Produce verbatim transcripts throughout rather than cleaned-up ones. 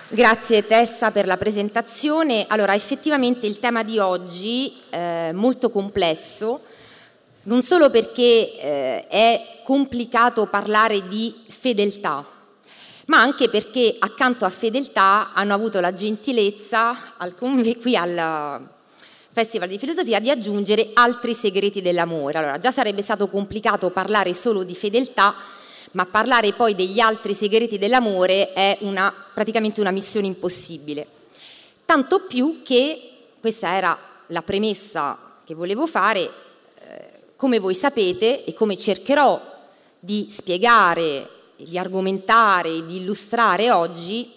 Grazie Tessa per la presentazione. Allora, effettivamente il tema di oggi è molto complesso, non solo perché eh, è complicato parlare di fedeltà, ma anche perché accanto a fedeltà hanno avuto la gentilezza al, qui al Festival di Filosofia di aggiungere altri segreti dell'amore. Allora, già sarebbe stato complicato parlare solo di fedeltà, ma parlare poi degli altri segreti dell'amore è una, praticamente una missione impossibile. Tanto più che, questa era la premessa che volevo fare, eh, come voi sapete e come cercherò di spiegare, di argomentare, di illustrare oggi,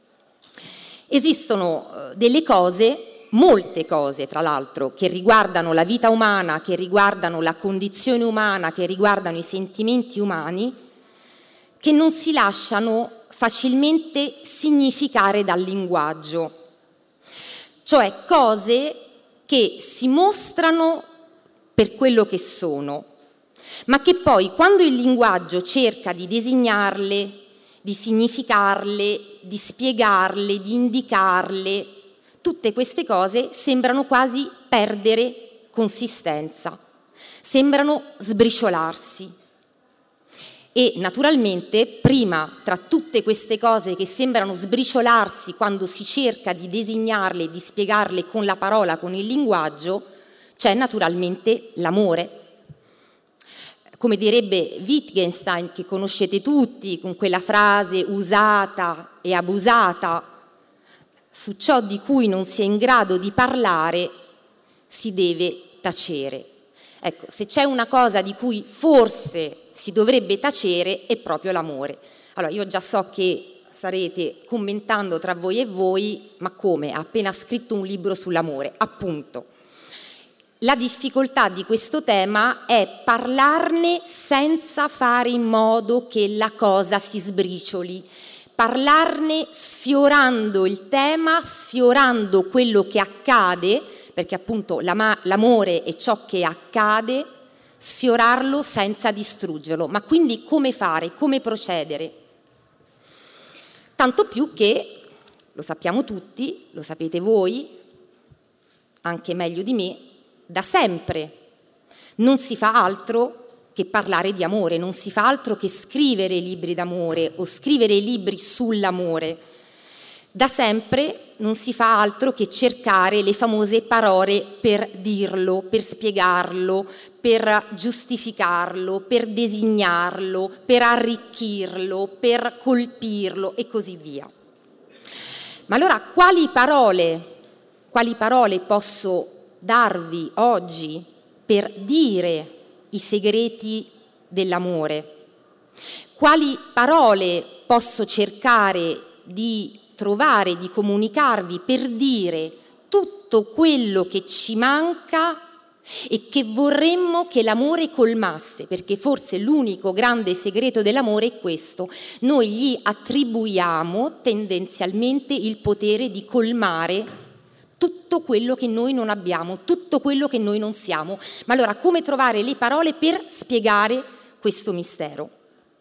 esistono eh, delle cose, molte cose tra l'altro, che riguardano la vita umana, che riguardano la condizione umana, che riguardano i sentimenti umani, che non si lasciano facilmente significare dal linguaggio, cioè cose che si mostrano per quello che sono, ma che poi quando il linguaggio cerca di designarle, di significarle, di spiegarle, di indicarle, tutte queste cose sembrano quasi perdere consistenza, sembrano sbriciolarsi. E naturalmente prima, tra tutte queste cose che sembrano sbriciolarsi quando si cerca di designarle e di spiegarle con la parola, con il linguaggio, c'è naturalmente l'amore. Come direbbe Wittgenstein, che conoscete tutti, con quella frase usata e abusata, su ciò di cui non si è in grado di parlare si deve tacere. Ecco, se c'è una cosa di cui forse si dovrebbe tacere è proprio l'amore. Allora, io già so che starete commentando tra voi e voi, ma come? Ha appena scritto un libro sull'amore, appunto. La difficoltà di questo tema è parlarne senza fare in modo che la cosa si sbricioli, parlarne sfiorando il tema, sfiorando quello che accade, perché appunto l'amore è ciò che accade, sfiorarlo senza distruggerlo. Ma quindi come fare? Come procedere? Tanto più che, lo sappiamo tutti, lo sapete voi, anche meglio di me, da sempre non si fa altro che parlare di amore, non si fa altro che scrivere libri d'amore o scrivere libri sull'amore. Da sempre non si fa altro che cercare le famose parole per dirlo, per spiegarlo, per giustificarlo, per designarlo, per arricchirlo, per colpirlo e così via. Ma allora quali parole, quali parole posso darvi oggi per dire i segreti dell'amore? Quali parole posso cercare di trovare, di comunicarvi per dire tutto quello che ci manca e che vorremmo che l'amore colmasse, perché forse l'unico grande segreto dell'amore è questo: noi gli attribuiamo tendenzialmente il potere di colmare tutto quello che noi non abbiamo, tutto quello che noi non siamo. Ma allora come trovare le parole per spiegare questo mistero?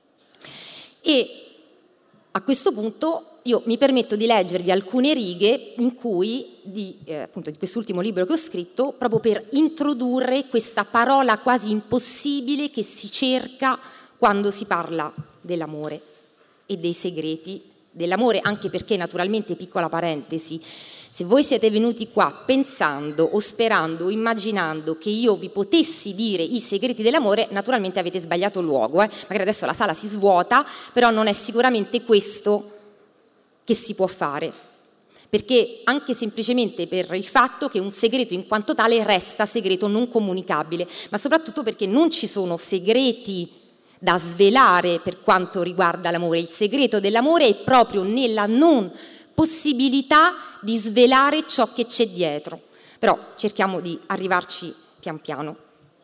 E a questo punto io mi permetto di leggervi alcune righe in cui, di, eh, appunto, di quest'ultimo libro che ho scritto, proprio per introdurre questa parola quasi impossibile che si cerca quando si parla dell'amore e dei segreti dell'amore, anche perché naturalmente, piccola parentesi, se voi siete venuti qua pensando o sperando o immaginando che io vi potessi dire i segreti dell'amore, naturalmente avete sbagliato luogo, eh? Magari adesso la sala si svuota, però non è sicuramente questo che si può fare, perché anche semplicemente per il fatto che un segreto in quanto tale resta segreto non comunicabile, ma soprattutto perché non ci sono segreti da svelare per quanto riguarda l'amore. Il segreto dell'amore è proprio nella non possibilità di svelare ciò che c'è dietro, però cerchiamo di arrivarci pian piano.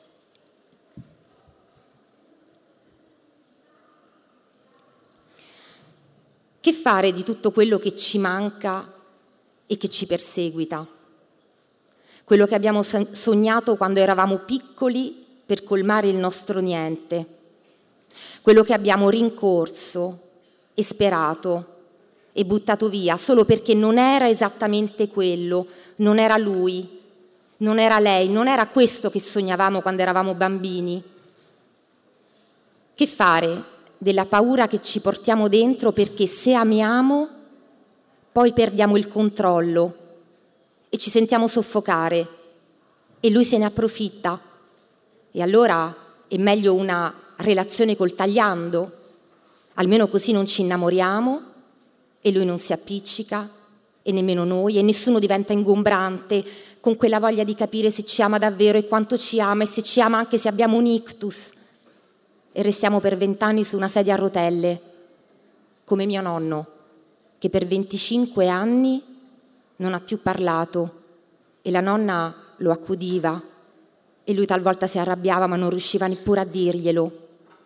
Che fare di tutto quello che ci manca e che ci perseguita? Quello che abbiamo sognato quando eravamo piccoli per colmare il nostro niente, quello che abbiamo rincorso e sperato e buttato via solo perché non era esattamente quello, non era lui, non era lei, non era questo che sognavamo quando eravamo bambini. Che fare della paura che ci portiamo dentro, perché se amiamo poi perdiamo il controllo e ci sentiamo soffocare e lui se ne approfitta? E allora è meglio una relazione col tagliando, almeno così non ci innamoriamo e lui non si appiccica e nemmeno noi, e nessuno diventa ingombrante con quella voglia di capire se ci ama davvero e quanto ci ama, e se ci ama anche se abbiamo un ictus, e restiamo per vent'anni su una sedia a rotelle, come mio nonno, che per venticinque anni non ha più parlato e la nonna lo accudiva e lui talvolta si arrabbiava ma non riusciva neppure a dirglielo.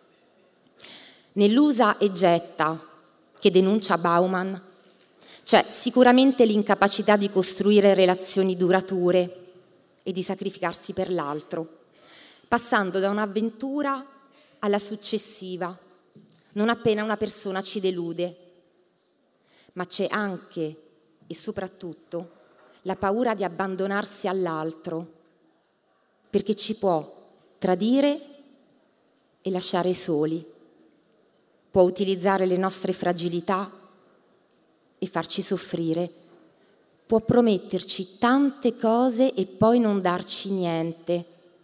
Nell'usa e getta che denuncia Bauman c'è sicuramente l'incapacità di costruire relazioni durature e di sacrificarsi per l'altro, passando da un'avventura alla successiva, non appena una persona ci delude. Ma c'è anche e soprattutto la paura di abbandonarsi all'altro, perché ci può tradire e lasciare soli, può utilizzare le nostre fragilità e farci soffrire, può prometterci tante cose e poi non darci niente.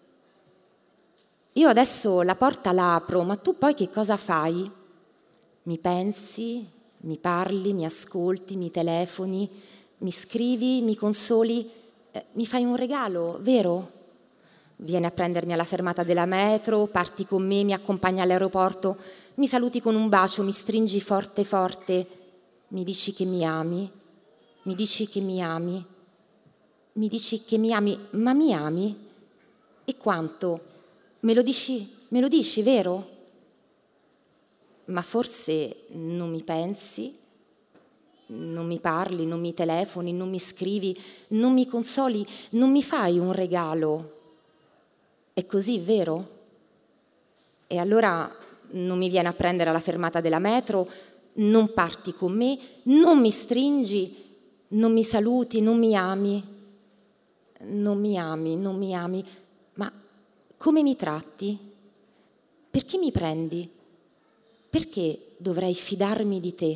Io adesso la porta la apro, ma tu poi che cosa fai? Mi pensi, mi parli, mi ascolti, mi telefoni, mi scrivi, mi consoli, eh, mi fai un regalo, vero? Vieni a prendermi alla fermata della metro, parti con me, mi accompagni all'aeroporto, mi saluti con un bacio, mi stringi forte forte, mi dici che mi ami, mi dici che mi ami, mi dici che mi ami, ma mi ami? E quanto? Me lo dici, me lo dici, vero? Ma forse non mi pensi, non mi parli, non mi telefoni, non mi scrivi, non mi consoli, non mi fai un regalo. È così, vero? E allora non mi vieni a prendere alla fermata della metro, non parti con me, non mi stringi, non mi saluti, non mi ami, non mi ami, non mi ami, ma come mi tratti? Perché mi prendi? Perché dovrei fidarmi di te?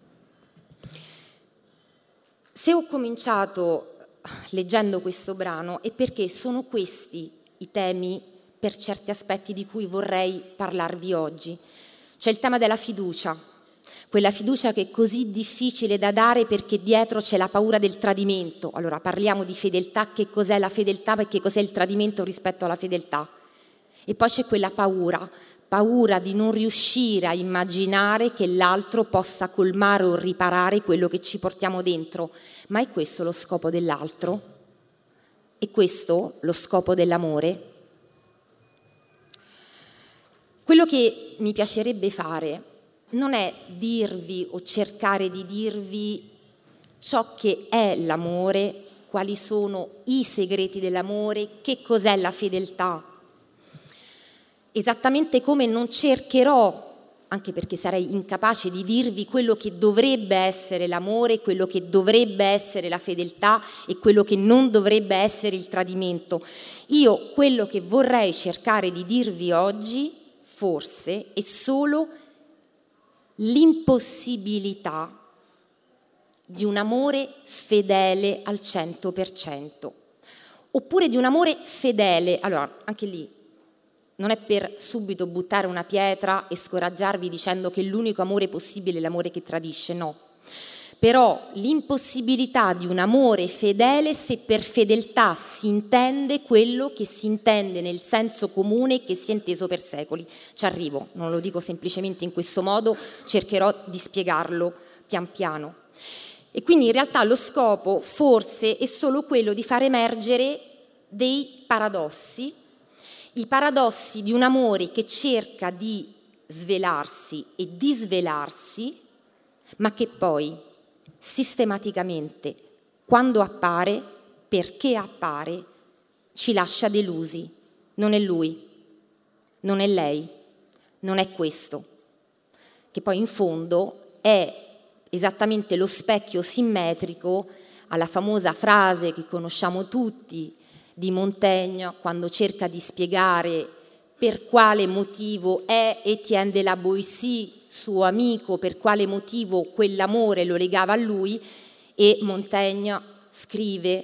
Se ho cominciato leggendo questo brano è perché sono questi i temi, per certi aspetti, di cui vorrei parlarvi oggi. C'è il tema della fiducia, quella fiducia che è così difficile da dare perché dietro c'è la paura del tradimento. Allora parliamo di fedeltà, che cos'è la fedeltà e che cos'è il tradimento rispetto alla fedeltà. E poi c'è quella paura, paura di non riuscire a immaginare che l'altro possa colmare o riparare quello che ci portiamo dentro. Ma è questo lo scopo dell'altro? È questo lo scopo dell'amore? Quello che mi piacerebbe fare non è dirvi o cercare di dirvi ciò che è l'amore, quali sono i segreti dell'amore, che cos'è la fedeltà. Esattamente come non cercherò, anche perché sarei incapace di dirvi quello che dovrebbe essere l'amore, quello che dovrebbe essere la fedeltà e quello che non dovrebbe essere il tradimento. Io quello che vorrei cercare di dirvi oggi, forse, è solo l'impossibilità di un amore fedele al cento per cento, oppure di un amore fedele. Allora, anche lì, non è per subito buttare una pietra e scoraggiarvi dicendo che l'unico amore possibile è l'amore che tradisce, no. Però l'impossibilità di un amore fedele se per fedeltà si intende quello che si intende nel senso comune e che si è inteso per secoli. Ci arrivo, non lo dico semplicemente in questo modo, cercherò di spiegarlo pian piano. E quindi in realtà lo scopo forse è solo quello di far emergere dei paradossi, i paradossi di un amore che cerca di svelarsi e di svelarsi, ma che poi sistematicamente, quando appare, perché appare, ci lascia delusi. Non è lui, non è lei, non è questo, che poi in fondo è esattamente lo specchio simmetrico alla famosa frase che conosciamo tutti di Montaigne quando cerca di spiegare per quale motivo è Étienne de la Boétie suo amico, per quale motivo quell'amore lo legava a lui, e Montaigne scrive: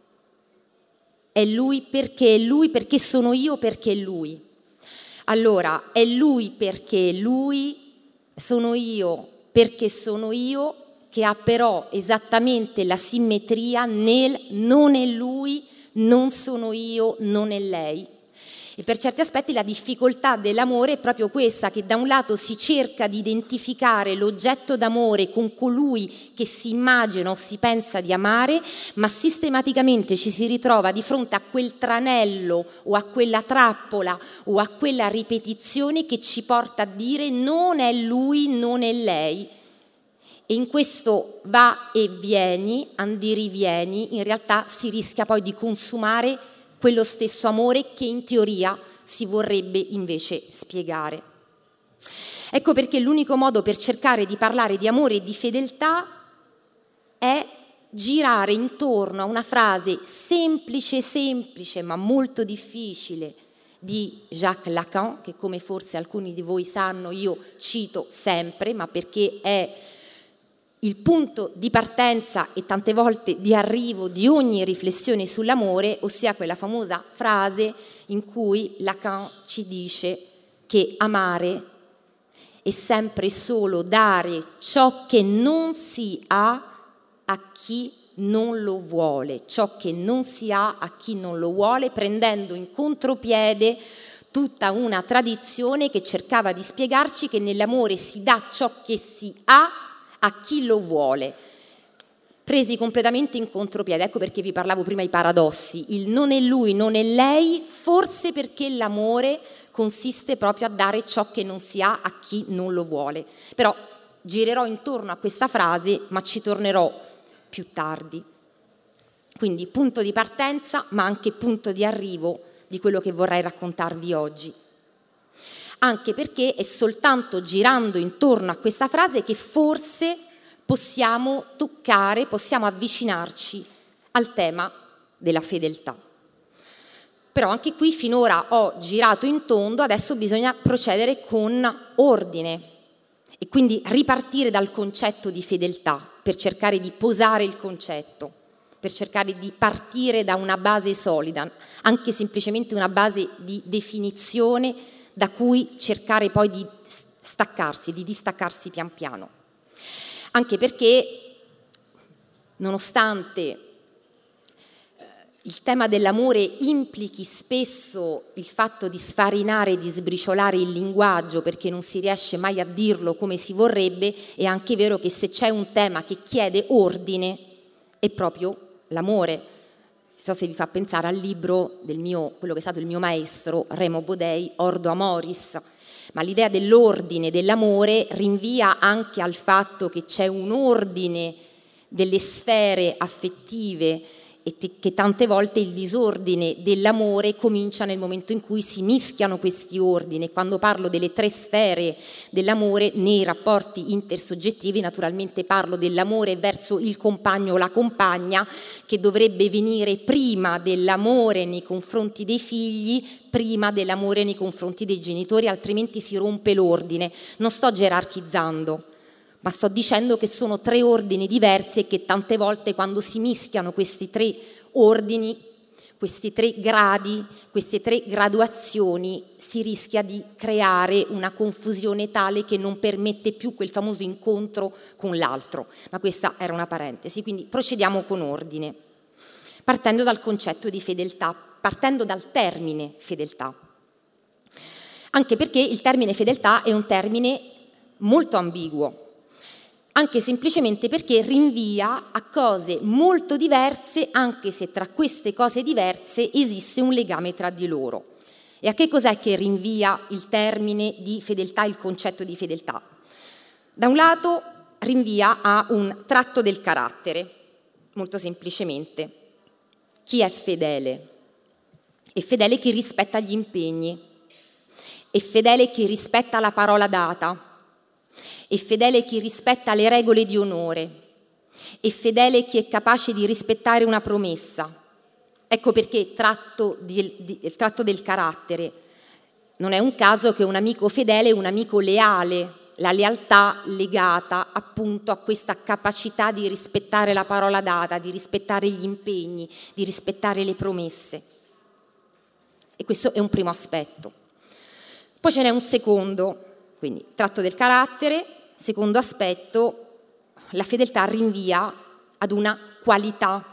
è lui perché è lui, perché sono io perché è lui. Allora, è lui perché è lui, sono io perché sono io, che ha però esattamente la simmetria nel non è lui, non sono io, non è lei. E per certi aspetti la difficoltà dell'amore è proprio questa, che da un lato si cerca di identificare l'oggetto d'amore con colui che si immagina o si pensa di amare, ma sistematicamente ci si ritrova di fronte a quel tranello o a quella trappola o a quella ripetizione che ci porta a dire non è lui, non è lei. E in questo va e vieni, andiri vieni, in realtà si rischia poi di consumare quello stesso amore che in teoria si vorrebbe invece spiegare. Ecco perché l'unico modo per cercare di parlare di amore e di fedeltà è girare intorno a una frase semplice, semplice, ma molto difficile di Jacques Lacan, che come forse alcuni di voi sanno io cito sempre, ma perché è il punto di partenza e tante volte di arrivo di ogni riflessione sull'amore, ossia quella famosa frase in cui Lacan ci dice che amare è sempre solo dare ciò che non si ha a chi non lo vuole, ciò che non si ha a chi non lo vuole, prendendo in contropiede tutta una tradizione che cercava di spiegarci che nell'amore si dà ciò che si ha a chi lo vuole, presi completamente in contropiede. Ecco perché vi parlavo prima i paradossi, il non è lui, non è lei, forse perché l'amore consiste proprio a dare ciò che non si ha a chi non lo vuole. Però girerò intorno a questa frase, ma ci tornerò più tardi. Quindi punto di partenza, ma anche punto di arrivo di quello che vorrei raccontarvi oggi. Anche perché è soltanto girando intorno a questa frase che forse possiamo toccare, possiamo avvicinarci al tema della fedeltà. Però anche qui finora ho girato in tondo, adesso bisogna procedere con ordine e quindi ripartire dal concetto di fedeltà per cercare di posare il concetto, per cercare di partire da una base solida, anche semplicemente una base di definizione da cui cercare poi di staccarsi, di distaccarsi pian piano. Anche perché, nonostante il tema dell'amore implichi spesso il fatto di sfarinare e di sbriciolare il linguaggio perché non si riesce mai a dirlo come si vorrebbe, è anche vero che se c'è un tema che chiede ordine è proprio l'amore. Non so se vi fa pensare al libro del mio, quello che è stato il mio maestro, Remo Bodei, Ordo Amoris, ma l'idea dell'ordine dell'amore rinvia anche al fatto che c'è un ordine delle sfere affettive e te, che tante volte il disordine dell'amore comincia nel momento in cui si mischiano questi ordini. Quando parlo delle tre sfere dell'amore nei rapporti intersoggettivi, naturalmente parlo dell'amore verso il compagno o la compagna, che dovrebbe venire prima dell'amore nei confronti dei figli, prima dell'amore nei confronti dei genitori, altrimenti si rompe l'ordine. Non sto gerarchizzando, ma sto dicendo che sono tre ordini diversi e che tante volte quando si mischiano questi tre ordini, questi tre gradi, queste tre graduazioni, si rischia di creare una confusione tale che non permette più quel famoso incontro con l'altro. Ma questa era una parentesi, quindi procediamo con ordine, partendo dal concetto di fedeltà, partendo dal termine fedeltà. Anche perché il termine fedeltà è un termine molto ambiguo, anche semplicemente perché rinvia a cose molto diverse, anche se tra queste cose diverse esiste un legame tra di loro. E a che cos'è che rinvia il termine di fedeltà, il concetto di fedeltà? Da un lato rinvia a un tratto del carattere, molto semplicemente. Chi è fedele? È fedele chi rispetta gli impegni, è fedele chi rispetta la parola data, è fedele chi rispetta le regole di onore, è fedele chi è capace di rispettare una promessa. Ecco perché tratto, di, di, il tratto del carattere. Non è un caso che un amico fedele è un amico leale, la lealtà legata appunto a questa capacità di rispettare la parola data, di rispettare gli impegni, di rispettare le promesse. E questo è un primo aspetto. Poi ce n'è un secondo, quindi tratto del carattere, secondo aspetto, la fedeltà rinvia ad una qualità.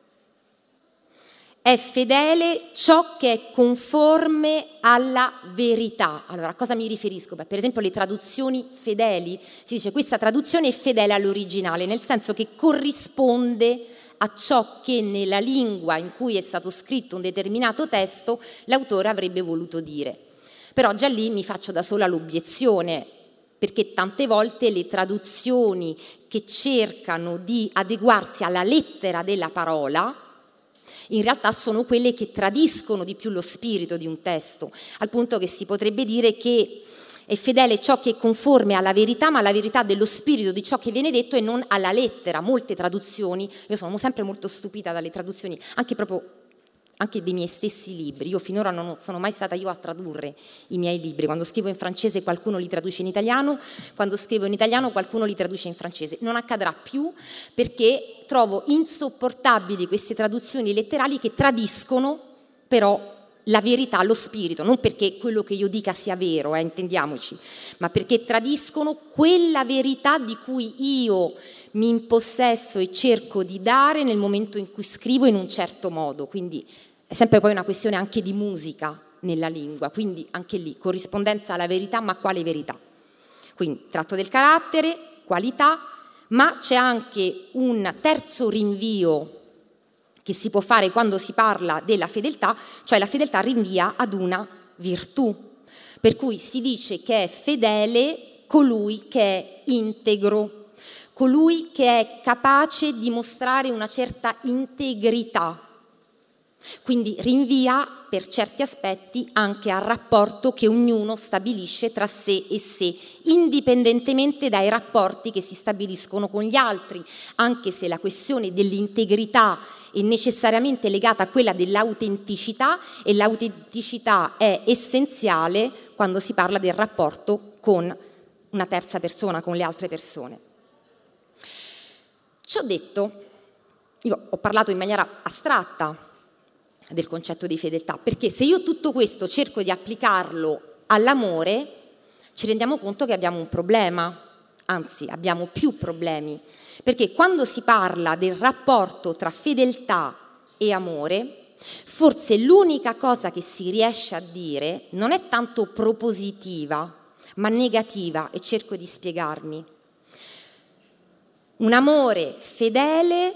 È fedele ciò che è conforme alla verità. Allora, a cosa mi riferisco? Beh, per esempio le traduzioni fedeli, si dice questa traduzione è fedele all'originale, nel senso che corrisponde a ciò che nella lingua in cui è stato scritto un determinato testo l'autore avrebbe voluto dire. Però già lì mi faccio da sola l'obiezione, perché tante volte le traduzioni che cercano di adeguarsi alla lettera della parola in realtà sono quelle che tradiscono di più lo spirito di un testo, al punto che si potrebbe dire che è fedele ciò che è conforme alla verità, ma alla verità dello spirito di ciò che viene detto e non alla lettera. Molte traduzioni, io sono sempre molto stupita dalle traduzioni, anche proprio anche dei miei stessi libri. Io finora non sono mai stata io a tradurre i miei libri. Quando scrivo in francese qualcuno li traduce in italiano, quando scrivo in italiano qualcuno li traduce in francese. Non accadrà più perché trovo insopportabili queste traduzioni letterali che tradiscono però la verità, lo spirito, non perché quello che io dica sia vero, eh, intendiamoci, ma perché tradiscono quella verità di cui io mi impossesso e cerco di dare nel momento in cui scrivo in un certo modo. Quindi è sempre poi una questione anche di musica nella lingua, quindi anche lì corrispondenza alla verità, ma quale verità? Quindi tratto del carattere, qualità, ma c'è anche un terzo rinvio che si può fare quando si parla della fedeltà, cioè la fedeltà rinvia ad una virtù, per cui si dice che è fedele colui che è integro, colui che è capace di mostrare una certa integrità. Quindi rinvia per certi aspetti anche al rapporto che ognuno stabilisce tra sé e sé, indipendentemente dai rapporti che si stabiliscono con gli altri, anche se la questione dell'integrità è necessariamente legata a quella dell'autenticità e l'autenticità è essenziale quando si parla del rapporto con una terza persona, con le altre persone. Ciò detto, io ho parlato in maniera astratta del concetto di fedeltà, perché se io tutto questo cerco di applicarlo all'amore, ci rendiamo conto che abbiamo un problema, anzi abbiamo più problemi, perché quando si parla del rapporto tra fedeltà e amore, forse l'unica cosa che si riesce a dire non è tanto propositiva, ma negativa, e cerco di spiegarmi. Un amore fedele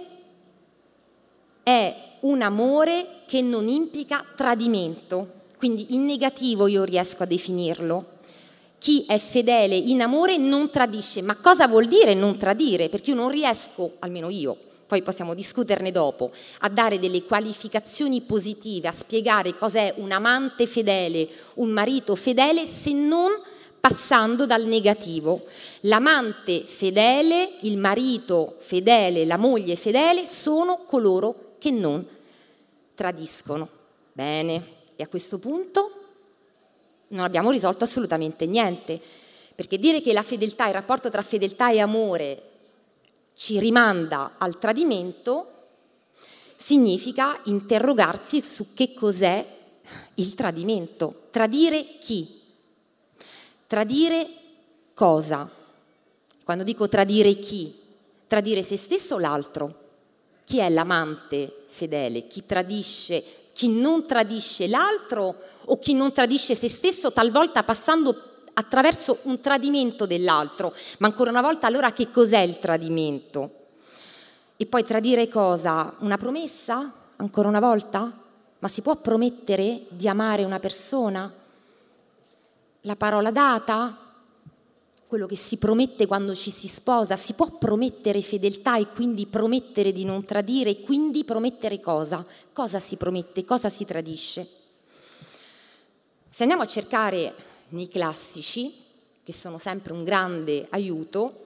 è un amore che non implica tradimento, quindi in negativo io riesco a definirlo. Chi è fedele in amore non tradisce, ma cosa vuol dire non tradire? Perché io non riesco, almeno io, poi possiamo discuterne dopo, a dare delle qualificazioni positive, a spiegare cos'è un amante fedele, un marito fedele, se non passando dal negativo. L'amante fedele, il marito fedele, la moglie fedele sono coloro che non tradiscono. Bene, e a questo punto non abbiamo risolto assolutamente niente, perché dire che la fedeltà, il rapporto tra fedeltà e amore ci rimanda al tradimento significa interrogarsi su che cos'è il tradimento. Tradire chi? Tradire cosa? Quando dico tradire chi? Tradire se stesso o l'altro? Chi è l'amante fedele? Chi tradisce, chi non tradisce l'altro o chi non tradisce se stesso, talvolta passando attraverso un tradimento dell'altro? Ma ancora una volta, allora che cos'è il tradimento? E poi tradire cosa? Una promessa? Ancora una volta? Ma si può promettere di amare una persona? La parola data? Quello che si promette quando ci si sposa? Si può promettere fedeltà e quindi promettere di non tradire e quindi promettere cosa? Cosa si promette? Cosa si tradisce? Se andiamo a cercare nei classici, che sono sempre un grande aiuto,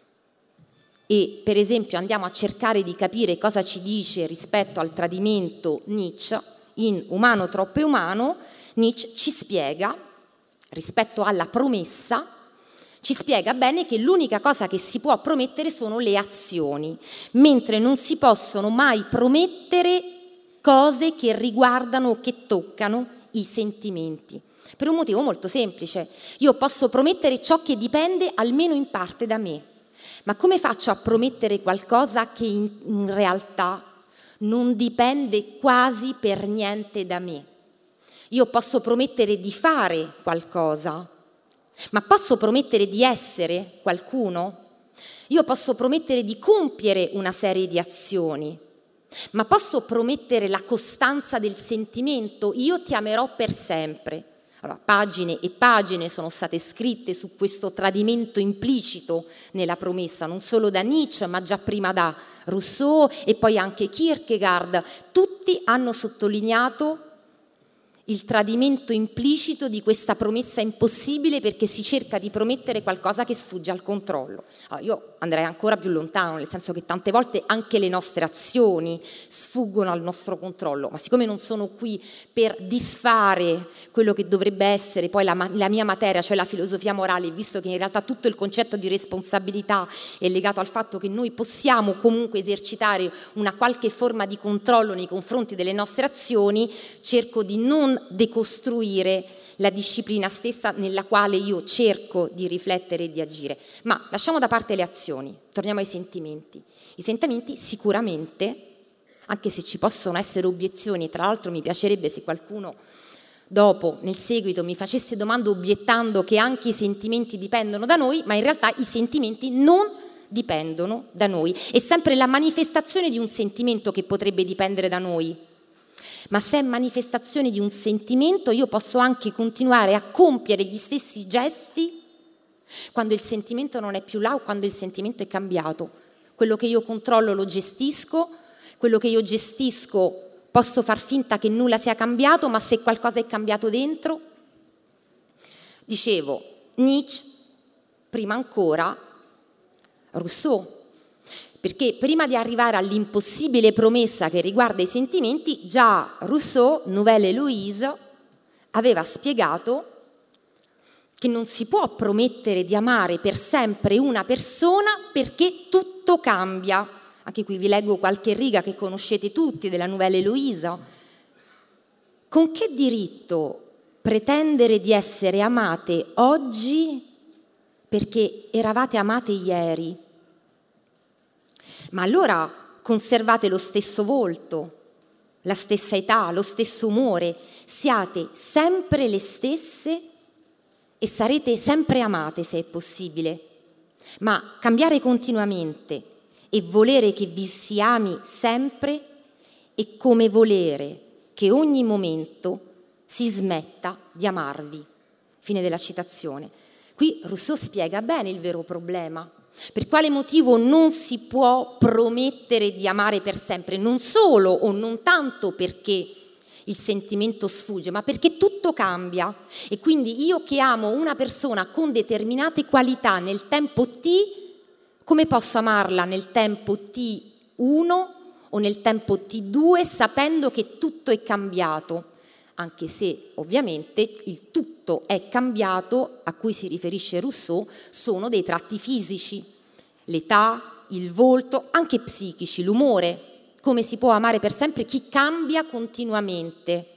e per esempio andiamo a cercare di capire cosa ci dice rispetto al tradimento Nietzsche, in Umano troppo umano, Nietzsche ci spiega, rispetto alla promessa, ci spiega bene che l'unica cosa che si può promettere sono le azioni, mentre non si possono mai promettere cose che riguardano o che toccano i sentimenti. Per un motivo molto semplice: io posso promettere ciò che dipende almeno in parte da me, ma come faccio a promettere qualcosa che in, in realtà non dipende quasi per niente da me? Io posso promettere di fare qualcosa, ma posso promettere di essere qualcuno? Io posso promettere di compiere una serie di azioni, ma posso promettere la costanza del sentimento? Io ti amerò per sempre. Allora, pagine e pagine sono state scritte su questo tradimento implicito nella promessa, non solo da Nietzsche, ma già prima da Rousseau e poi anche Kierkegaard. Tutti hanno sottolineato il tradimento implicito di questa promessa impossibile, perché si cerca di promettere qualcosa che sfugge al controllo. Allora, io andrei ancora più lontano, nel senso che tante volte anche le nostre azioni sfuggono al nostro controllo, ma siccome non sono qui per disfare quello che dovrebbe essere poi la, la mia materia, cioè la filosofia morale, visto che in realtà tutto il concetto di responsabilità è legato al fatto che noi possiamo comunque esercitare una qualche forma di controllo nei confronti delle nostre azioni, cerco di non decostruire la disciplina stessa nella quale io cerco di riflettere e di agire. Ma lasciamo da parte le azioni, torniamo ai sentimenti. I sentimenti sicuramente, anche se ci possono essere obiezioni, tra l'altro mi piacerebbe se qualcuno dopo, nel seguito, mi facesse domande obiettando che anche i sentimenti dipendono da noi, ma in realtà i sentimenti non dipendono da noi. È sempre la manifestazione di un sentimento che potrebbe dipendere da noi. Ma se è manifestazione di un sentimento, io posso anche continuare a compiere gli stessi gesti quando il sentimento non è più là o quando il sentimento è cambiato. Quello che io controllo lo gestisco, quello che io gestisco posso far finta che nulla sia cambiato, ma se qualcosa è cambiato dentro, dicevo, Nietzsche, prima ancora Rousseau. Perché prima di arrivare all'impossibile promessa che riguarda i sentimenti, già Rousseau, Nouvelle Héloïse, aveva spiegato che non si può promettere di amare per sempre una persona perché tutto cambia. Anche qui vi leggo qualche riga che conoscete tutti della Nouvelle Héloïse. Con che diritto pretendere di essere amate oggi perché eravate amate ieri? Ma allora conservate lo stesso volto, la stessa età, lo stesso umore, siate sempre le stesse e sarete sempre amate se è possibile. Ma cambiare continuamente e volere che vi si ami sempre è come volere che ogni momento si smetta di amarvi. Fine della citazione. Qui Rousseau spiega bene il vero problema. Per quale motivo non si può promettere di amare per sempre? Non solo o non tanto perché il sentimento sfugge, ma perché tutto cambia. E quindi io che amo una persona con determinate qualità nel tempo T, come posso amarla nel tempo T uno o nel tempo T due sapendo che tutto è cambiato? Anche se ovviamente il tutto è cambiato a cui si riferisce Rousseau sono dei tratti fisici, l'età, il volto, anche psichici, l'umore. Come si può amare per sempre chi cambia continuamente?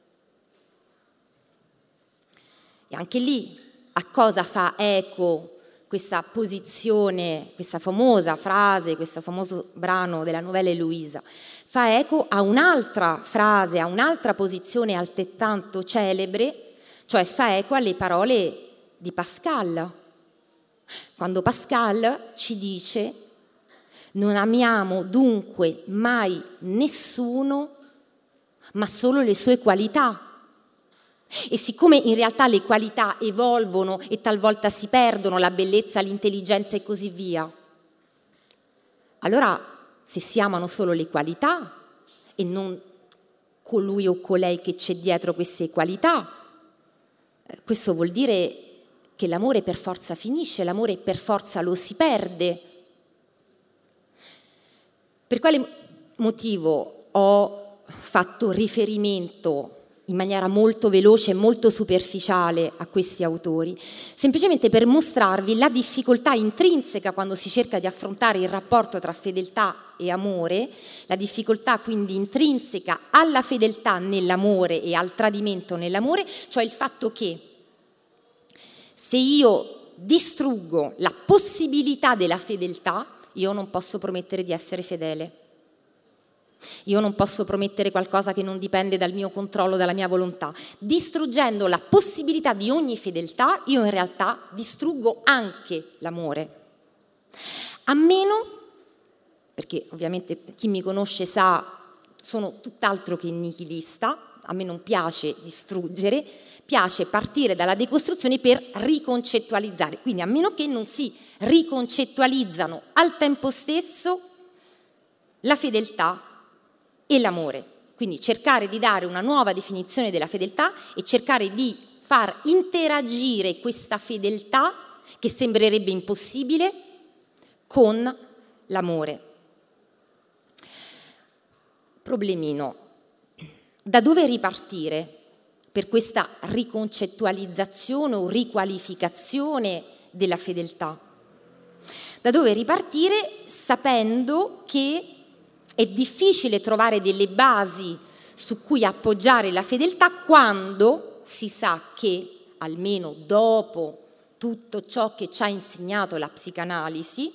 E anche lì a cosa fa eco questa posizione, questa famosa frase, questo famoso brano della Nouvelle Héloïse? Fa eco a un'altra frase, a un'altra posizione altrettanto celebre, cioè fa eco alle parole di Pascal. Quando Pascal ci dice: non amiamo dunque mai nessuno, ma solo le sue qualità. E siccome in realtà le qualità evolvono e talvolta si perdono, la bellezza, l'intelligenza e così via, allora se si amano solo le qualità e non colui o colei che c'è dietro queste qualità, questo vuol dire che l'amore per forza finisce, l'amore per forza lo si perde. Per quale motivo ho fatto riferimento in maniera molto veloce e molto superficiale a questi autori? Semplicemente per mostrarvi la difficoltà intrinseca quando si cerca di affrontare il rapporto tra fedeltà e amore, la difficoltà quindi intrinseca alla fedeltà nell'amore e al tradimento nell'amore, cioè il fatto che se io distruggo la possibilità della fedeltà, io non posso promettere di essere fedele. Io non posso promettere qualcosa che non dipende dal mio controllo, dalla mia volontà. Distruggendo la possibilità di ogni fedeltà, io in realtà distruggo anche l'amore. A meno, perché ovviamente chi mi conosce sa, sono tutt'altro che nichilista, a me non piace distruggere, piace partire dalla decostruzione per riconcettualizzare. Quindi a meno che non si riconcettualizzano al tempo stesso la fedeltà e l'amore. Quindi cercare di dare una nuova definizione della fedeltà e cercare di far interagire questa fedeltà, che sembrerebbe impossibile, con l'amore. Problemino. Da dove ripartire per questa riconcettualizzazione o riqualificazione della fedeltà? Da dove ripartire sapendo che è difficile trovare delle basi su cui appoggiare la fedeltà quando si sa che, almeno dopo tutto ciò che ci ha insegnato la psicanalisi,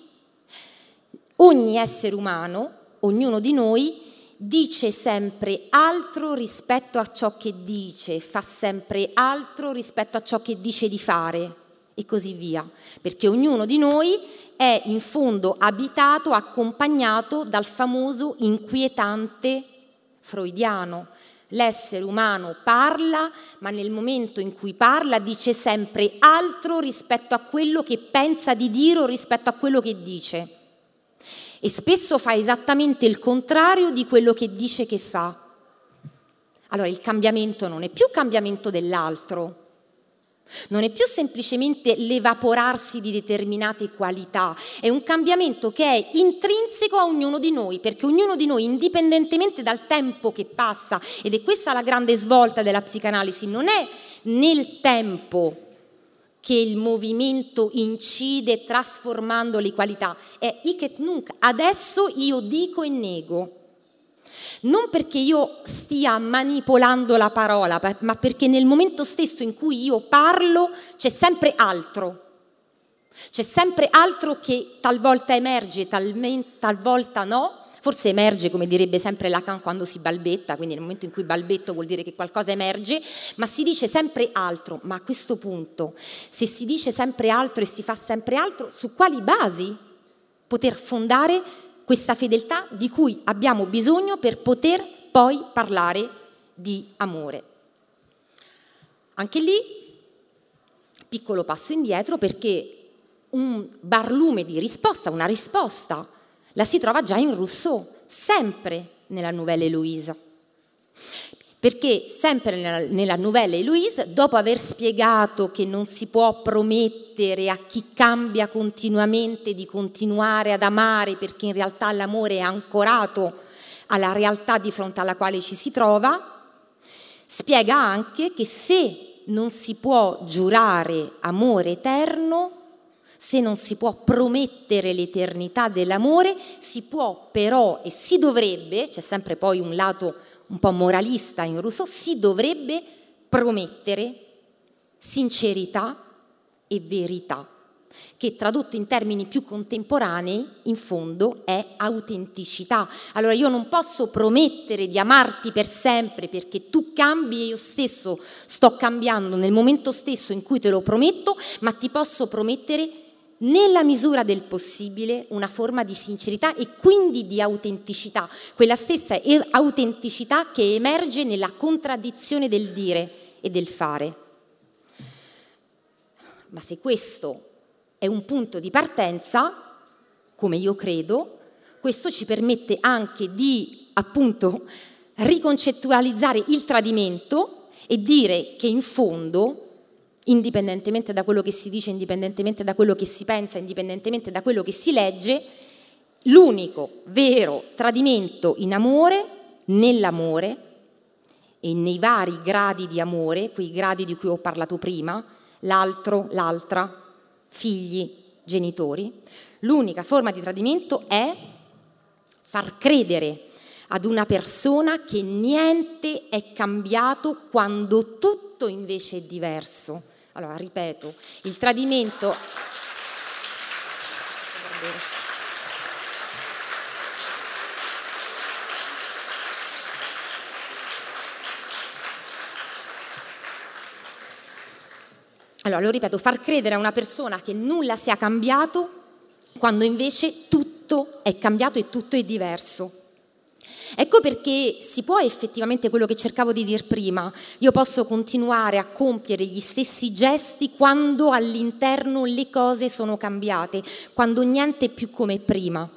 ogni essere umano, ognuno di noi, dice sempre altro rispetto a ciò che dice, fa sempre altro rispetto a ciò che dice di fare e così via, perché ognuno di noi è in fondo abitato, accompagnato dal famoso inquietante freudiano. L'essere umano parla, ma nel momento in cui parla dice sempre altro rispetto a quello che pensa di dire o rispetto a quello che dice. E spesso fa esattamente il contrario di quello che dice che fa. Allora il cambiamento non è più cambiamento dell'altro, non è più semplicemente l'evaporarsi di determinate qualità, è un cambiamento che è intrinseco a ognuno di noi, perché ognuno di noi, indipendentemente dal tempo che passa, ed è questa la grande svolta della psicanalisi, non è nel tempo che il movimento incide trasformando le qualità, è hic et nunc, adesso io dico e nego. Non perché io stia manipolando la parola, ma perché nel momento stesso in cui io parlo c'è sempre altro. C'è sempre altro che talvolta emerge, talmente, talvolta no. Forse emerge, come direbbe sempre Lacan, quando si balbetta, quindi nel momento in cui balbetto vuol dire che qualcosa emerge, ma si dice sempre altro. Ma a questo punto, se si dice sempre altro e si fa sempre altro, su quali basi poter fondare questa fedeltà di cui abbiamo bisogno per poter poi parlare di amore? Anche lì, piccolo passo indietro, perché un barlume di risposta, una risposta, la si trova già in Rousseau, sempre nella Nouvelle Héloïse. Perché sempre nella, nella Nouvelle Héloïse, dopo aver spiegato che non si può promettere a chi cambia continuamente di continuare ad amare, perché in realtà l'amore è ancorato alla realtà di fronte alla quale ci si trova, spiega anche che se non si può giurare amore eterno, se non si può promettere l'eternità dell'amore, si può però, e si dovrebbe, c'è sempre poi un lato un po' moralista in Rousseau, si dovrebbe promettere sincerità e verità, che tradotto in termini più contemporanei, in fondo è autenticità. Allora io non posso promettere di amarti per sempre perché tu cambi e io stesso sto cambiando nel momento stesso in cui te lo prometto, ma ti posso promettere nella misura del possibile una forma di sincerità e quindi di autenticità, quella stessa autenticità che emerge nella contraddizione del dire e del fare. Ma se questo è un punto di partenza, come io credo, questo ci permette anche di, appunto, riconcettualizzare il tradimento e dire che in fondo indipendentemente da quello che si dice, indipendentemente da quello che si pensa, indipendentemente da quello che si legge, l'unico vero tradimento in amore, nell'amore e nei vari gradi di amore, quei gradi di cui ho parlato prima, l'altro, l'altra, figli, genitori, l'unica forma di tradimento è far credere ad una persona che niente è cambiato quando tutto invece è diverso. Allora, ripeto, il tradimento... Allora, lo ripeto, far credere a una persona che nulla sia cambiato quando invece tutto è cambiato e tutto è diverso. Ecco perché si può effettivamente, quello che cercavo di dire prima, io posso continuare a compiere gli stessi gesti quando all'interno le cose sono cambiate, quando niente è più come prima.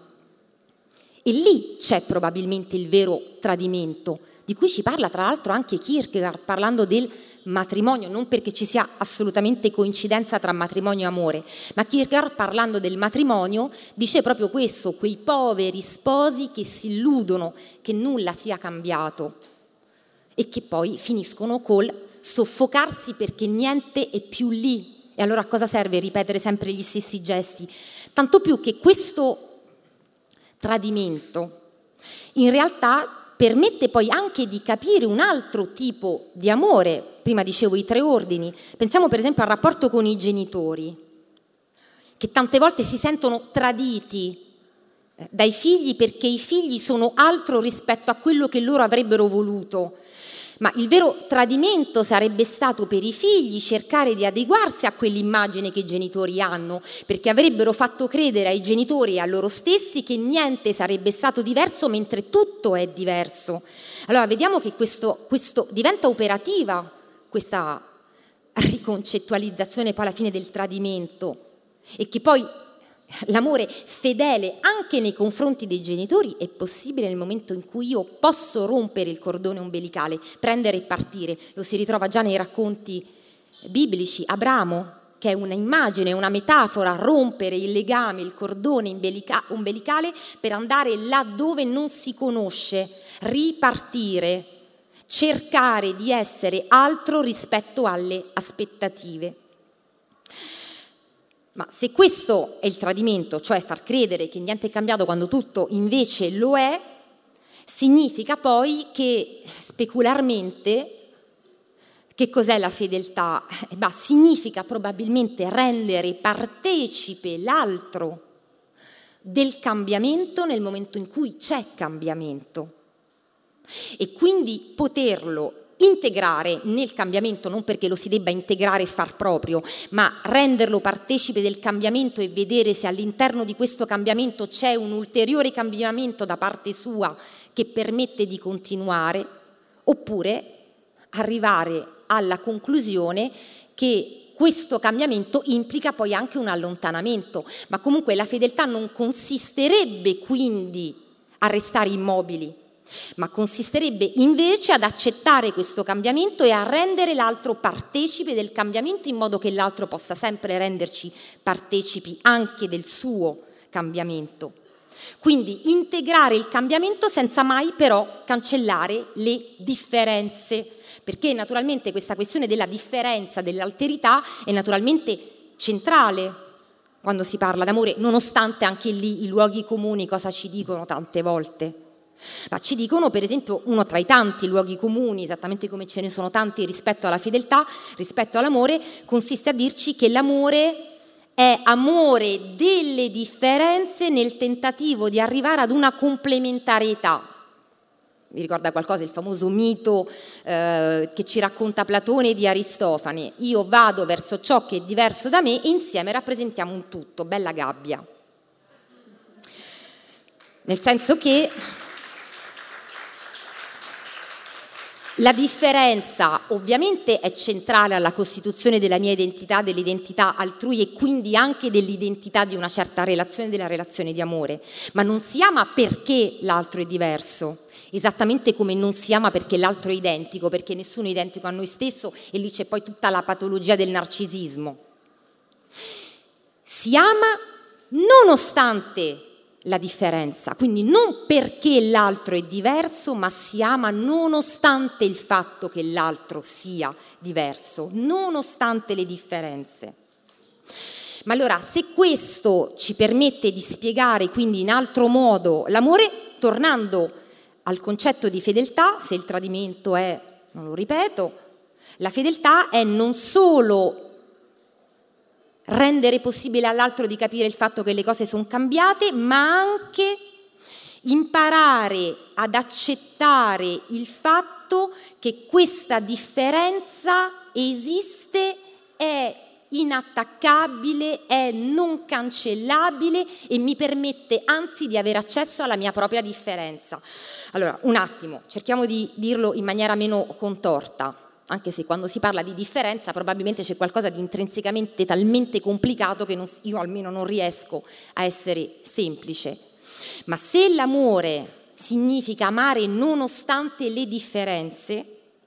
E lì c'è probabilmente il vero tradimento, di cui ci parla tra l'altro anche Kierkegaard, parlando del matrimonio, non perché ci sia assolutamente coincidenza tra matrimonio e amore, ma Kierkegaard, parlando del matrimonio, dice proprio questo: quei poveri sposi che si illudono che nulla sia cambiato e che poi finiscono col soffocarsi perché niente è più lì. E allora a cosa serve ripetere sempre gli stessi gesti? Tanto più che questo tradimento in realtà permette poi anche di capire un altro tipo di amore. Prima dicevo i tre ordini, pensiamo per esempio al rapporto con i genitori, che tante volte si sentono traditi dai figli perché i figli sono altro rispetto a quello che loro avrebbero voluto. Ma il vero tradimento sarebbe stato per i figli cercare di adeguarsi a quell'immagine che i genitori hanno, perché avrebbero fatto credere ai genitori e a loro stessi che niente sarebbe stato diverso mentre tutto è diverso. Allora vediamo che questo, questo diventa operativa, questa riconcettualizzazione poi alla fine del tradimento, e che poi l'amore fedele anche nei confronti dei genitori è possibile nel momento in cui io posso rompere il cordone ombelicale, prendere e partire. Lo si ritrova già nei racconti biblici. Abramo, che è un'immagine, una metafora, rompere il legame, il cordone ombelicale per andare là dove non si conosce, ripartire, cercare di essere altro rispetto alle aspettative. Ma se questo è il tradimento, cioè far credere che niente è cambiato quando tutto invece lo è, significa poi che specularmente che cos'è la fedeltà? Eh, bah, significa probabilmente rendere partecipe l'altro del cambiamento nel momento in cui c'è cambiamento e quindi poterlo integrare nel cambiamento, non perché lo si debba integrare e far proprio, ma renderlo partecipe del cambiamento e vedere se all'interno di questo cambiamento c'è un ulteriore cambiamento da parte sua che permette di continuare, oppure arrivare alla conclusione che questo cambiamento implica poi anche un allontanamento, ma comunque la fedeltà non consisterebbe quindi a restare immobili, ma consisterebbe invece ad accettare questo cambiamento e a rendere l'altro partecipe del cambiamento in modo che l'altro possa sempre renderci partecipi anche del suo cambiamento. Quindi integrare il cambiamento senza mai però cancellare le differenze, perché naturalmente questa questione della differenza, dell'alterità è naturalmente centrale quando si parla d'amore, nonostante anche lì i luoghi comuni cosa ci dicono tante volte. Ma ci dicono, per esempio, uno tra i tanti luoghi comuni, esattamente come ce ne sono tanti rispetto alla fedeltà, rispetto all'amore, consiste a dirci che l'amore è amore delle differenze nel tentativo di arrivare ad una complementarietà. Mi ricorda qualcosa il famoso mito eh, che ci racconta Platone di Aristofane: io vado verso ciò che è diverso da me e insieme rappresentiamo un tutto, bella gabbia. Nel senso che La differenza ovviamente è centrale alla costituzione della mia identità, dell'identità altrui e quindi anche dell'identità di una certa relazione, della relazione di amore, ma non si ama perché l'altro è diverso, esattamente come non si ama perché l'altro è identico, perché nessuno è identico a noi stesso e lì c'è poi tutta la patologia del narcisismo. Si ama nonostante la differenza, quindi non perché l'altro è diverso, ma si ama nonostante il fatto che l'altro sia diverso, nonostante le differenze. Ma allora, se questo ci permette di spiegare quindi in altro modo l'amore, tornando al concetto di fedeltà, se il tradimento è, non lo ripeto, la fedeltà è non solo rendere possibile all'altro di capire il fatto che le cose sono cambiate, ma anche imparare ad accettare il fatto che questa differenza esiste, è inattaccabile, è non cancellabile e mi permette anzi di avere accesso alla mia propria differenza. Allora, un attimo, cerchiamo di dirlo in maniera meno contorta, anche se quando si parla di differenza probabilmente c'è qualcosa di intrinsecamente talmente complicato che non, io almeno non riesco a essere semplice. Ma se l'amore significa amare nonostante le differenze,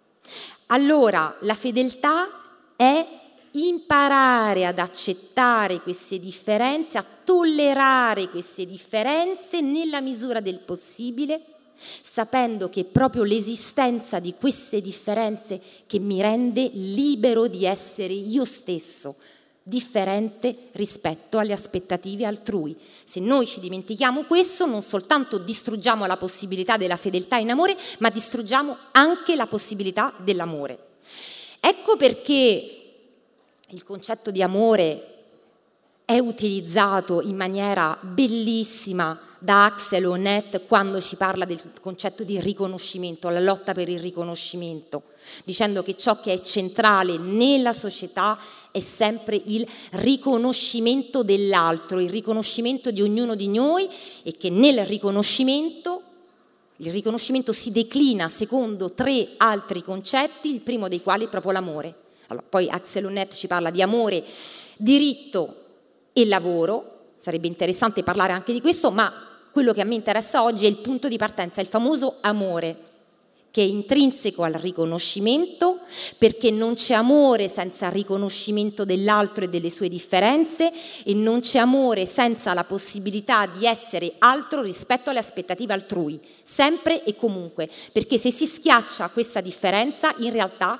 allora la fedeltà è imparare ad accettare queste differenze, a tollerare queste differenze nella misura del possibile, sapendo che è proprio l'esistenza di queste differenze che mi rende libero di essere io stesso, differente rispetto alle aspettative altrui. Se noi ci dimentichiamo questo, non soltanto distruggiamo la possibilità della fedeltà in amore, ma distruggiamo anche la possibilità dell'amore. Ecco perché il concetto di amore è utilizzato in maniera bellissima da Axel Honneth quando ci parla del concetto di riconoscimento, la lotta per il riconoscimento, dicendo che ciò che è centrale nella società è sempre il riconoscimento dell'altro, il riconoscimento di ognuno di noi e che nel riconoscimento, il riconoscimento si declina secondo tre altri concetti, il primo dei quali è proprio l'amore. Allora, poi Axel Honneth ci parla di amore, diritto e lavoro, sarebbe interessante parlare anche di questo, ma quello che a me interessa oggi è il punto di partenza, il famoso amore, che è intrinseco al riconoscimento, perché non c'è amore senza riconoscimento dell'altro e delle sue differenze e non c'è amore senza la possibilità di essere altro rispetto alle aspettative altrui, sempre e comunque, perché se si schiaccia questa differenza in realtà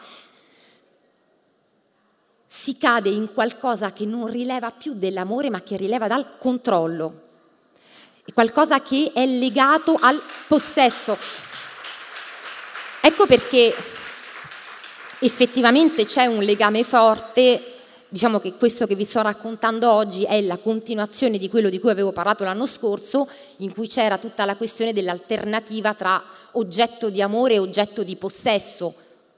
si cade in qualcosa che non rileva più dell'amore ma che rileva dal controllo, è qualcosa che è legato al possesso. Ecco perché effettivamente c'è un legame forte, diciamo che questo che vi sto raccontando oggi è la continuazione di quello di cui avevo parlato l'anno scorso, in cui c'era tutta la questione dell'alternativa tra oggetto di amore e oggetto di possesso.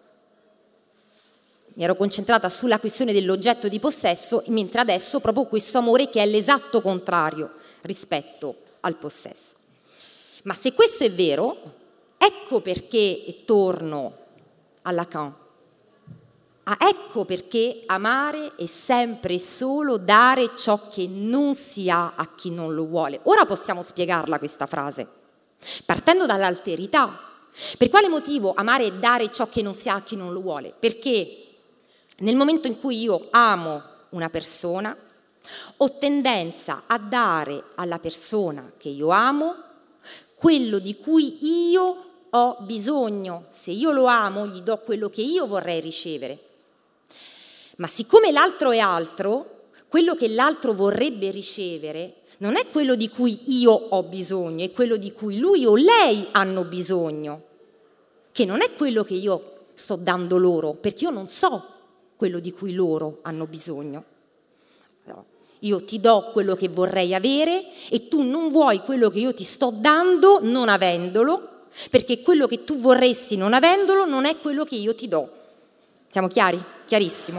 Mi ero concentrata sulla questione dell'oggetto di possesso, mentre adesso proprio questo amore che è l'esatto contrario rispetto al possesso. Ma se questo è vero, ecco perché, e torno a Lacan, ah, ecco perché amare è sempre e solo dare ciò che non si ha a chi non lo vuole. Ora possiamo spiegarla questa frase, partendo dall'alterità. Per quale motivo amare è dare ciò che non si ha a chi non lo vuole? Perché nel momento in cui io amo una persona, ho tendenza a dare alla persona che io amo quello di cui io ho bisogno. Se io lo amo, gli do quello che io vorrei ricevere. Ma siccome l'altro è altro, quello che l'altro vorrebbe ricevere non è quello di cui io ho bisogno, è quello di cui lui o lei hanno bisogno, che non è quello che io sto dando loro, perché io non so quello di cui loro hanno bisogno. No. Io ti do quello che vorrei avere e tu non vuoi quello che io ti sto dando non avendolo, perché quello che tu vorresti non avendolo non è quello che io ti do. Siamo chiari? Chiarissimo.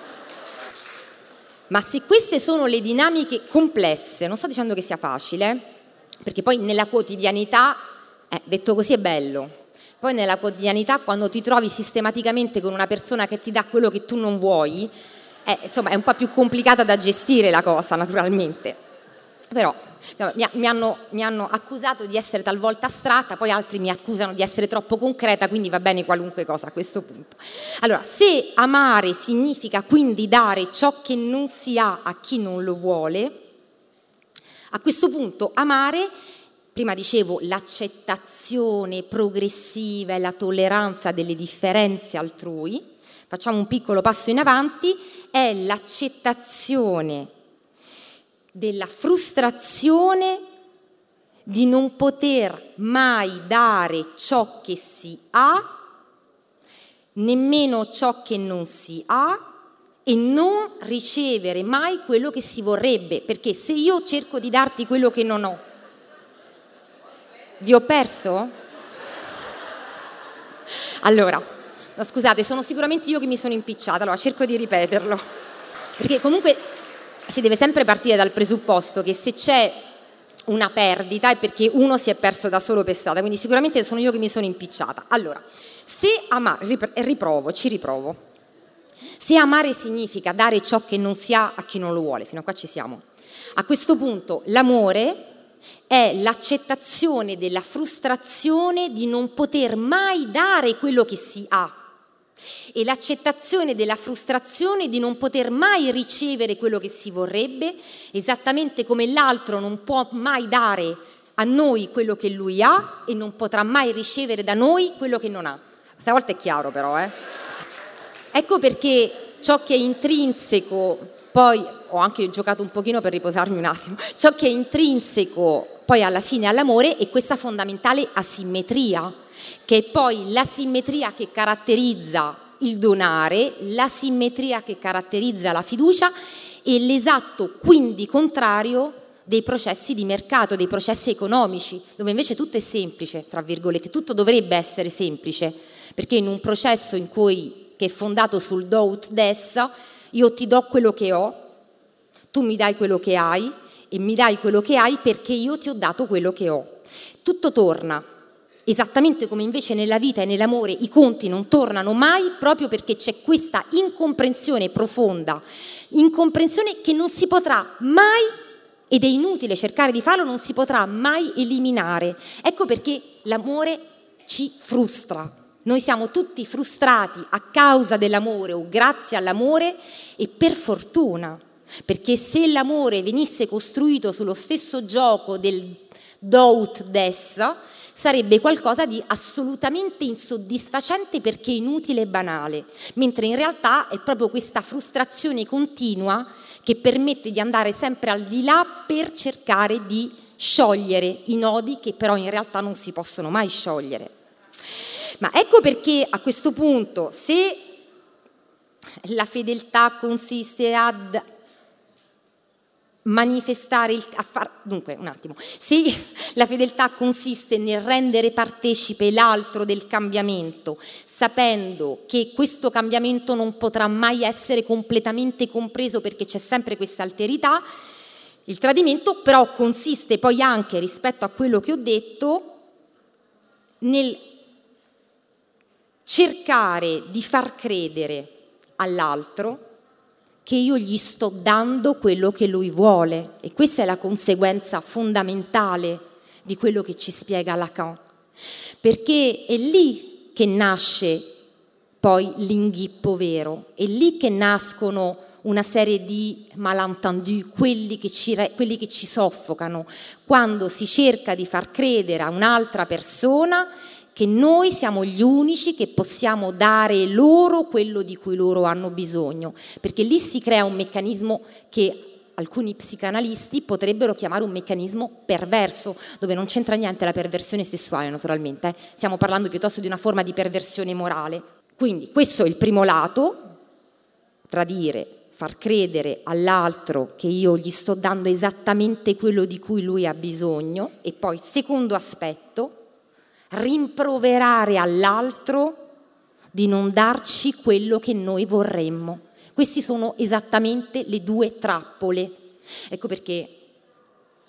Ma se queste sono le dinamiche complesse, non sto dicendo che sia facile, perché poi nella quotidianità, eh, detto così è bello, Poi nella quotidianità, quando ti trovi sistematicamente con una persona che ti dà quello che tu non vuoi, eh, insomma è un po' più complicata da gestire la cosa, naturalmente. Però insomma, mi, mi, hanno, mi hanno accusato di essere talvolta astratta, poi altri mi accusano di essere troppo concreta, quindi va bene qualunque cosa a questo punto. Allora, se amare significa quindi dare ciò che non si ha a chi non lo vuole, a questo punto amare, prima dicevo l'accettazione progressiva e la tolleranza delle differenze altrui, facciamo un piccolo passo in avanti, è l'accettazione della frustrazione di non poter mai dare ciò che si ha, nemmeno ciò che non si ha, e non ricevere mai quello che si vorrebbe, perché se io cerco di darti quello che non ho, vi ho perso? Allora, no, scusate, sono sicuramente io che mi sono impicciata, allora cerco di ripeterlo, perché comunque si deve sempre partire dal presupposto che se c'è una perdita è perché uno si è perso da solo per strada, quindi sicuramente sono io che mi sono impicciata. Allora, se amare, riprovo, ci riprovo, se amare significa dare ciò che non si ha a chi non lo vuole, fino a qua ci siamo, a questo punto l'amore è l'accettazione della frustrazione di non poter mai dare quello che si ha e l'accettazione della frustrazione di non poter mai ricevere quello che si vorrebbe, esattamente come l'altro non può mai dare a noi quello che lui ha e non potrà mai ricevere da noi quello che non ha. Stavolta è chiaro però, eh? Ecco perché ciò che è intrinseco, poi ho anche giocato un pochino per riposarmi un attimo, ciò che è intrinseco poi alla fine all'amore è questa fondamentale asimmetria, che è poi l'asimmetria che caratterizza il donare, l'asimmetria che caratterizza la fiducia e l'esatto quindi contrario dei processi di mercato, dei processi economici, dove invece tutto è semplice, tra virgolette, tutto dovrebbe essere semplice, perché in un processo in cui, che è fondato sul do ut des, io ti do quello che ho, tu mi dai quello che hai e mi dai quello che hai perché io ti ho dato quello che ho. Tutto torna, esattamente come invece nella vita e nell'amore i conti non tornano mai, proprio perché c'è questa incomprensione profonda, incomprensione che non si potrà mai, ed è inutile cercare di farlo, non si potrà mai eliminare. Ecco perché l'amore ci frustra. Noi siamo tutti frustrati a causa dell'amore o grazie all'amore e per fortuna, perché se l'amore venisse costruito sullo stesso gioco del do ut des sarebbe qualcosa di assolutamente insoddisfacente perché inutile e banale, mentre in realtà è proprio questa frustrazione continua che permette di andare sempre al di là per cercare di sciogliere i nodi che però in realtà non si possono mai sciogliere. Ma ecco perché a questo punto, se la fedeltà consiste ad manifestare il a far, dunque un attimo, se la fedeltà consiste nel rendere partecipe l'altro del cambiamento, sapendo che questo cambiamento non potrà mai essere completamente compreso perché c'è sempre questa alterità, il tradimento però consiste poi anche, rispetto a quello che ho detto, nel cercare di far credere all'altro che io gli sto dando quello che lui vuole, e questa è la conseguenza fondamentale di quello che ci spiega Lacan, perché è lì che nasce poi l'inghippo vero, è lì che nascono una serie di malentendu, quelli che ci, quelli che ci soffocano, quando si cerca di far credere a un'altra persona che noi siamo gli unici che possiamo dare loro quello di cui loro hanno bisogno, perché lì si crea un meccanismo che alcuni psicanalisti potrebbero chiamare un meccanismo perverso, dove non c'entra niente la perversione sessuale naturalmente, eh. Stiamo parlando piuttosto di una forma di perversione morale. Quindi questo è il primo lato, tradire, far credere all'altro che io gli sto dando esattamente quello di cui lui ha bisogno, e poi secondo aspetto, rimproverare all'altro di non darci quello che noi vorremmo. Queste sono esattamente le due trappole. Ecco perché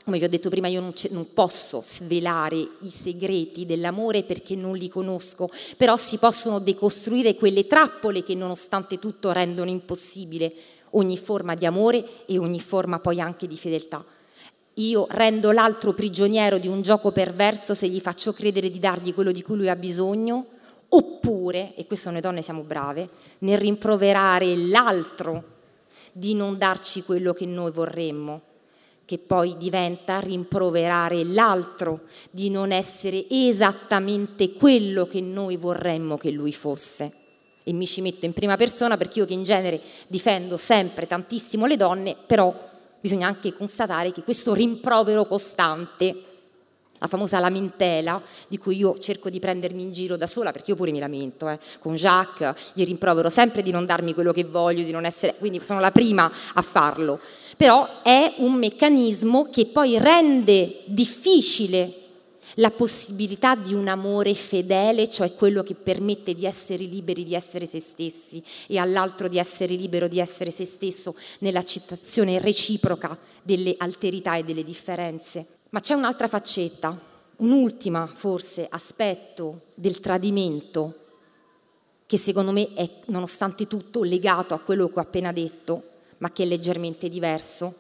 Come vi ho detto prima, io non, non posso svelare i segreti dell'amore perché non li conosco, però si possono decostruire quelle trappole che nonostante tutto rendono impossibile ogni forma di amore e ogni forma poi anche di fedeltà. Io rendo l'altro prigioniero di un gioco perverso se gli faccio credere di dargli quello di cui lui ha bisogno, oppure, e questo noi donne siamo brave, nel rimproverare l'altro di non darci quello che noi vorremmo, che poi diventa rimproverare l'altro di non essere esattamente quello che noi vorremmo che lui fosse. E mi ci metto in prima persona perché io che in genere difendo sempre tantissimo le donne, però bisogna anche constatare che questo rimprovero costante, la famosa lamentela, di cui io cerco di prendermi in giro da sola, perché io pure mi lamento, eh. Con Jacques gli rimprovero sempre di non darmi quello che voglio, di non essere, quindi sono la prima a farlo. Però è un meccanismo che poi rende difficile la possibilità di un amore fedele, cioè quello che permette di essere liberi di essere se stessi e all'altro di essere libero di essere se stesso nell'accettazione reciproca delle alterità e delle differenze. Ma c'è un'altra faccetta, un'ultima forse aspetto del tradimento che secondo me è nonostante tutto legato a quello che ho appena detto, ma che è leggermente diverso.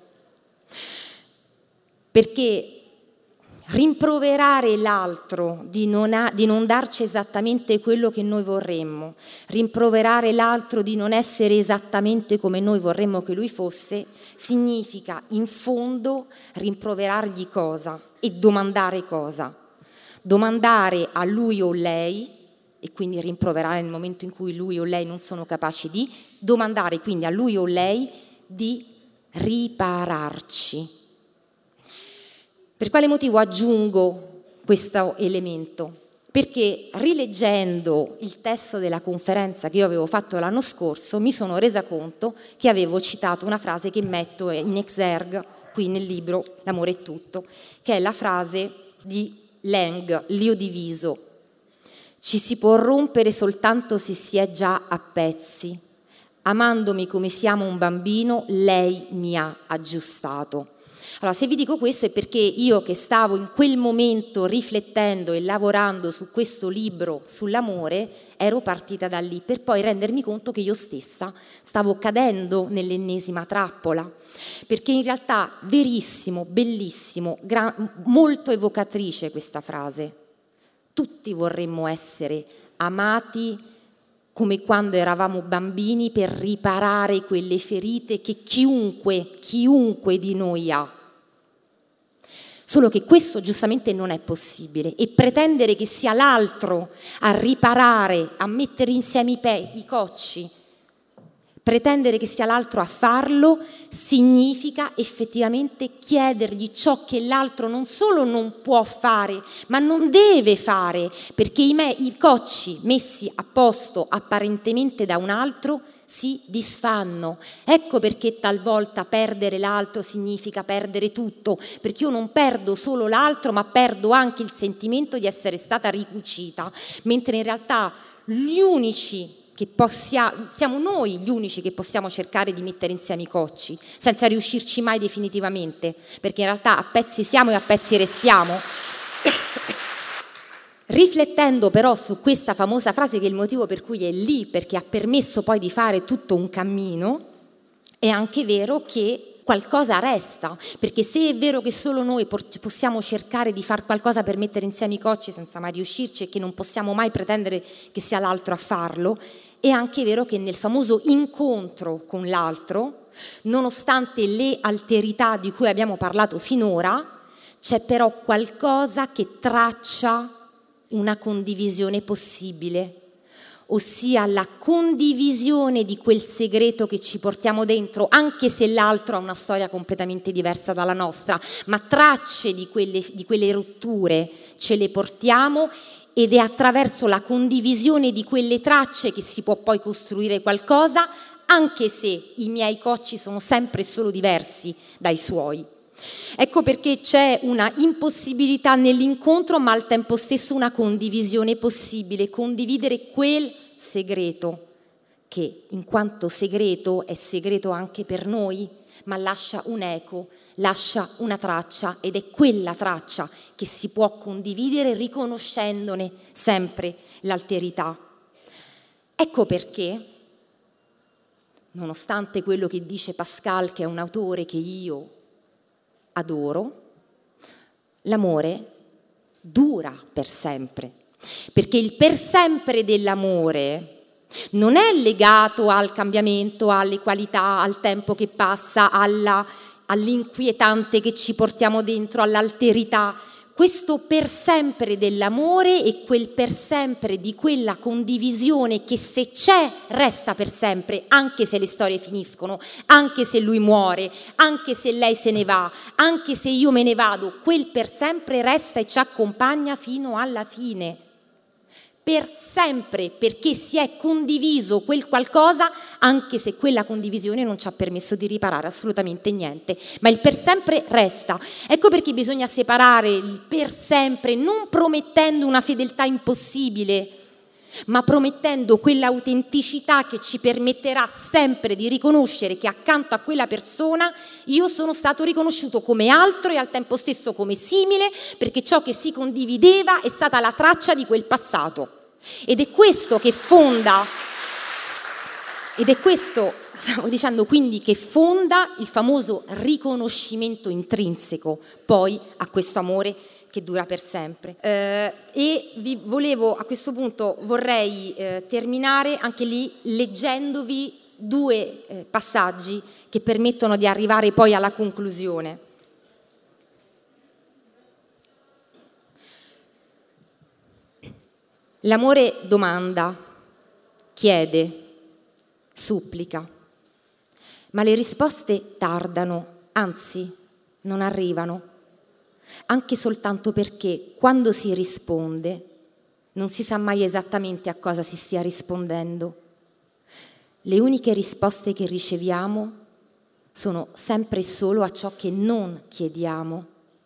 Perché rimproverare l'altro di non, ha, di non darci esattamente quello che noi vorremmo, rimproverare l'altro di non essere esattamente come noi vorremmo che lui fosse, significa in fondo rimproverargli cosa e domandare cosa. Domandare a lui o lei, e quindi rimproverare nel momento in cui lui o lei non sono capaci di, domandare quindi a lui o lei di ripararci. Per quale motivo aggiungo questo elemento? Perché rileggendo il testo della conferenza che io avevo fatto l'anno scorso mi sono resa conto che avevo citato una frase che metto in exergue qui nel libro L'amore è tutto, che è la frase di Lang, l'io diviso. Ci si può rompere soltanto se si è già a pezzi. Amandomi come siamo un bambino, lei mi ha aggiustato. Allora, se vi dico questo è perché io che stavo in quel momento riflettendo e lavorando su questo libro sull'amore, ero partita da lì per poi rendermi conto che io stessa stavo cadendo nell'ennesima trappola, perché in realtà verissimo, bellissimo, gran, molto evocatrice questa frase. Tutti vorremmo essere amati come quando eravamo bambini per riparare quelle ferite che chiunque, chiunque di noi ha. Solo che questo giustamente non è possibile e pretendere che sia l'altro a riparare, a mettere insieme i, pe- i cocci, pretendere che sia l'altro a farlo significa effettivamente chiedergli ciò che l'altro non solo non può fare, ma non deve fare, perché i, me- i cocci messi a posto apparentemente da un altro si disfanno. Ecco perché talvolta perdere l'altro significa perdere tutto, perché io non perdo solo l'altro, ma perdo anche il sentimento di essere stata ricucita, mentre in realtà gli unici che possiamo, siamo noi gli unici che possiamo cercare di mettere insieme i cocci, senza riuscirci mai definitivamente, perché in realtà a pezzi siamo e a pezzi restiamo. Riflettendo però su questa famosa frase, che è il motivo per cui è lì, perché ha permesso poi di fare tutto un cammino, è anche vero che qualcosa resta, perché se è vero che solo noi possiamo cercare di fare qualcosa per mettere insieme i cocci senza mai riuscirci e che non possiamo mai pretendere che sia l'altro a farlo, è anche vero che nel famoso incontro con l'altro, nonostante le alterità di cui abbiamo parlato finora, c'è però qualcosa che traccia una condivisione possibile, ossia la condivisione di quel segreto che ci portiamo dentro, anche se l'altro ha una storia completamente diversa dalla nostra, ma tracce di quelle, di quelle rotture ce le portiamo, ed è attraverso la condivisione di quelle tracce che si può poi costruire qualcosa, anche se i miei cocci sono sempre solo diversi dai suoi. Ecco perché c'è una impossibilità nell'incontro, ma al tempo stesso una condivisione possibile, condividere quel segreto che in quanto segreto è segreto anche per noi, ma lascia un eco, lascia una traccia, ed è quella traccia che si può condividere riconoscendone sempre l'alterità. Ecco perché, nonostante quello che dice Pascal, che è un autore che io adoro, l'amore dura per sempre, perché il per sempre dell'amore non è legato al cambiamento, alle qualità, al tempo che passa, alla, all'inquietante che ci portiamo dentro, all'alterità. Questo per sempre dell'amore e quel per sempre di quella condivisione che, se c'è, resta per sempre, anche se le storie finiscono, anche se lui muore, anche se lei se ne va, anche se io me ne vado, quel per sempre resta e ci accompagna fino alla fine. Per sempre, perché si è condiviso quel qualcosa, anche se quella condivisione non ci ha permesso di riparare assolutamente niente, ma il per sempre resta. Ecco perché bisogna separare il per sempre, non promettendo una fedeltà impossibile, ma promettendo quell'autenticità che ci permetterà sempre di riconoscere che accanto a quella persona io sono stato riconosciuto come altro e al tempo stesso come simile, perché ciò che si condivideva è stata la traccia di quel passato. Ed è questo che fonda, ed è questo, stavo dicendo quindi, che fonda il famoso riconoscimento intrinseco poi a questo amore che dura per sempre. Eh, e vi volevo, a questo punto vorrei eh, terminare anche lì leggendovi due eh, passaggi che permettono di arrivare poi alla conclusione. L'amore domanda, chiede, supplica, ma le risposte tardano, anzi non arrivano, anche soltanto perché quando si risponde non si sa mai esattamente a cosa si stia rispondendo. Le uniche risposte che riceviamo sono sempre e solo a ciò che non chiediamo.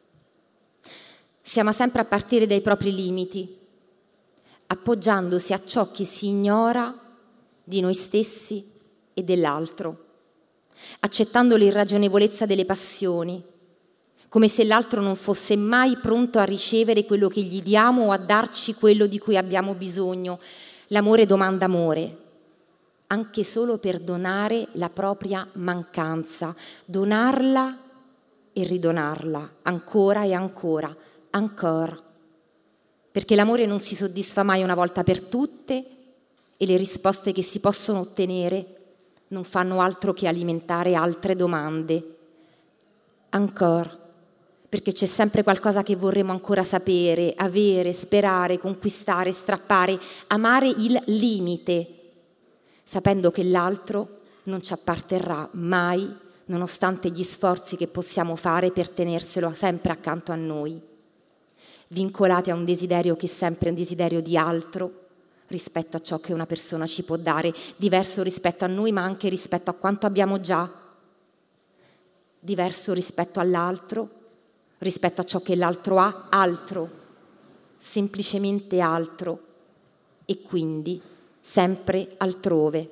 Siamo sempre a partire dai propri limiti, appoggiandosi a ciò che si ignora di noi stessi e dell'altro, accettando l'irragionevolezza delle passioni, come se l'altro non fosse mai pronto a ricevere quello che gli diamo o a darci quello di cui abbiamo bisogno. L'amore domanda amore, anche solo per donare la propria mancanza, donarla e ridonarla, ancora e ancora, ancora. Perché l'amore non si soddisfa mai una volta per tutte e le risposte che si possono ottenere non fanno altro che alimentare altre domande. Ancora, perché c'è sempre qualcosa che vorremmo ancora sapere, avere, sperare, conquistare, strappare, amare il limite, sapendo che l'altro non ci apparterrà mai, nonostante gli sforzi che possiamo fare per tenerselo sempre accanto a noi. Vincolati a un desiderio che è sempre un desiderio di altro rispetto a ciò che una persona ci può dare, diverso rispetto a noi ma anche rispetto a quanto abbiamo già, diverso rispetto all'altro, rispetto a ciò che l'altro ha, altro, semplicemente altro, e quindi sempre altrove.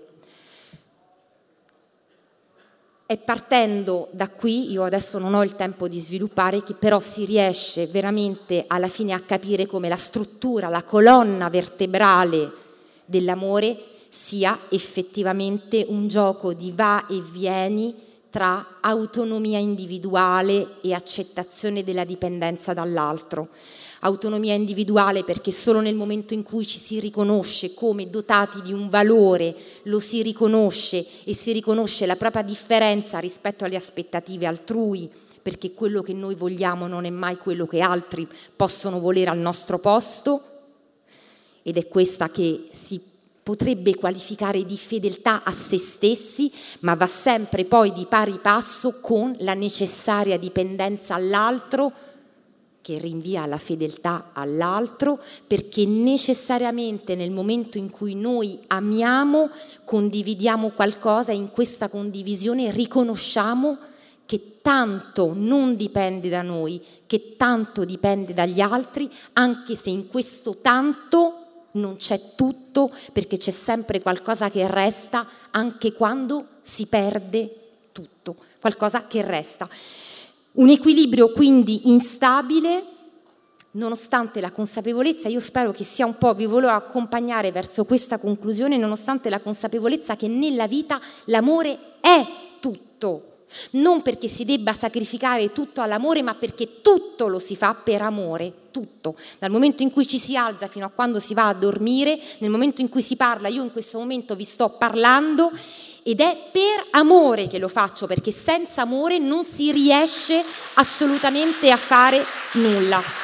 È partendo da qui, io adesso non ho il tempo di sviluppare, che però si riesce veramente alla fine a capire come la struttura, la colonna vertebrale dell'amore sia effettivamente un gioco di va e vieni tra autonomia individuale e accettazione della dipendenza dall'altro. Autonomia individuale perché solo nel momento in cui ci si riconosce come dotati di un valore, lo si riconosce e si riconosce la propria differenza rispetto alle aspettative altrui, perché quello che noi vogliamo non è mai quello che altri possono volere al nostro posto, ed è questa che si potrebbe qualificare di fedeltà a se stessi, ma va sempre poi di pari passo con la necessaria dipendenza all'altro, che rinvia alla fedeltà all'altro, perché necessariamente nel momento in cui noi amiamo, condividiamo qualcosa e in questa condivisione riconosciamo che tanto non dipende da noi, che tanto dipende dagli altri, anche se in questo tanto non c'è tutto, perché c'è sempre qualcosa che resta anche quando si perde tutto. qualcosa che resta. Un equilibrio quindi instabile, nonostante la consapevolezza, io spero che sia un po', vi volevo accompagnare verso questa conclusione, nonostante la consapevolezza che nella vita l'amore è tutto. Non perché si debba sacrificare tutto all'amore, ma perché tutto lo si fa per amore, tutto. Dal momento in cui ci si alza fino a quando si va a dormire, nel momento in cui si parla, io in questo momento vi sto parlando ed è per amore che lo faccio, perché senza amore non si riesce assolutamente a fare nulla.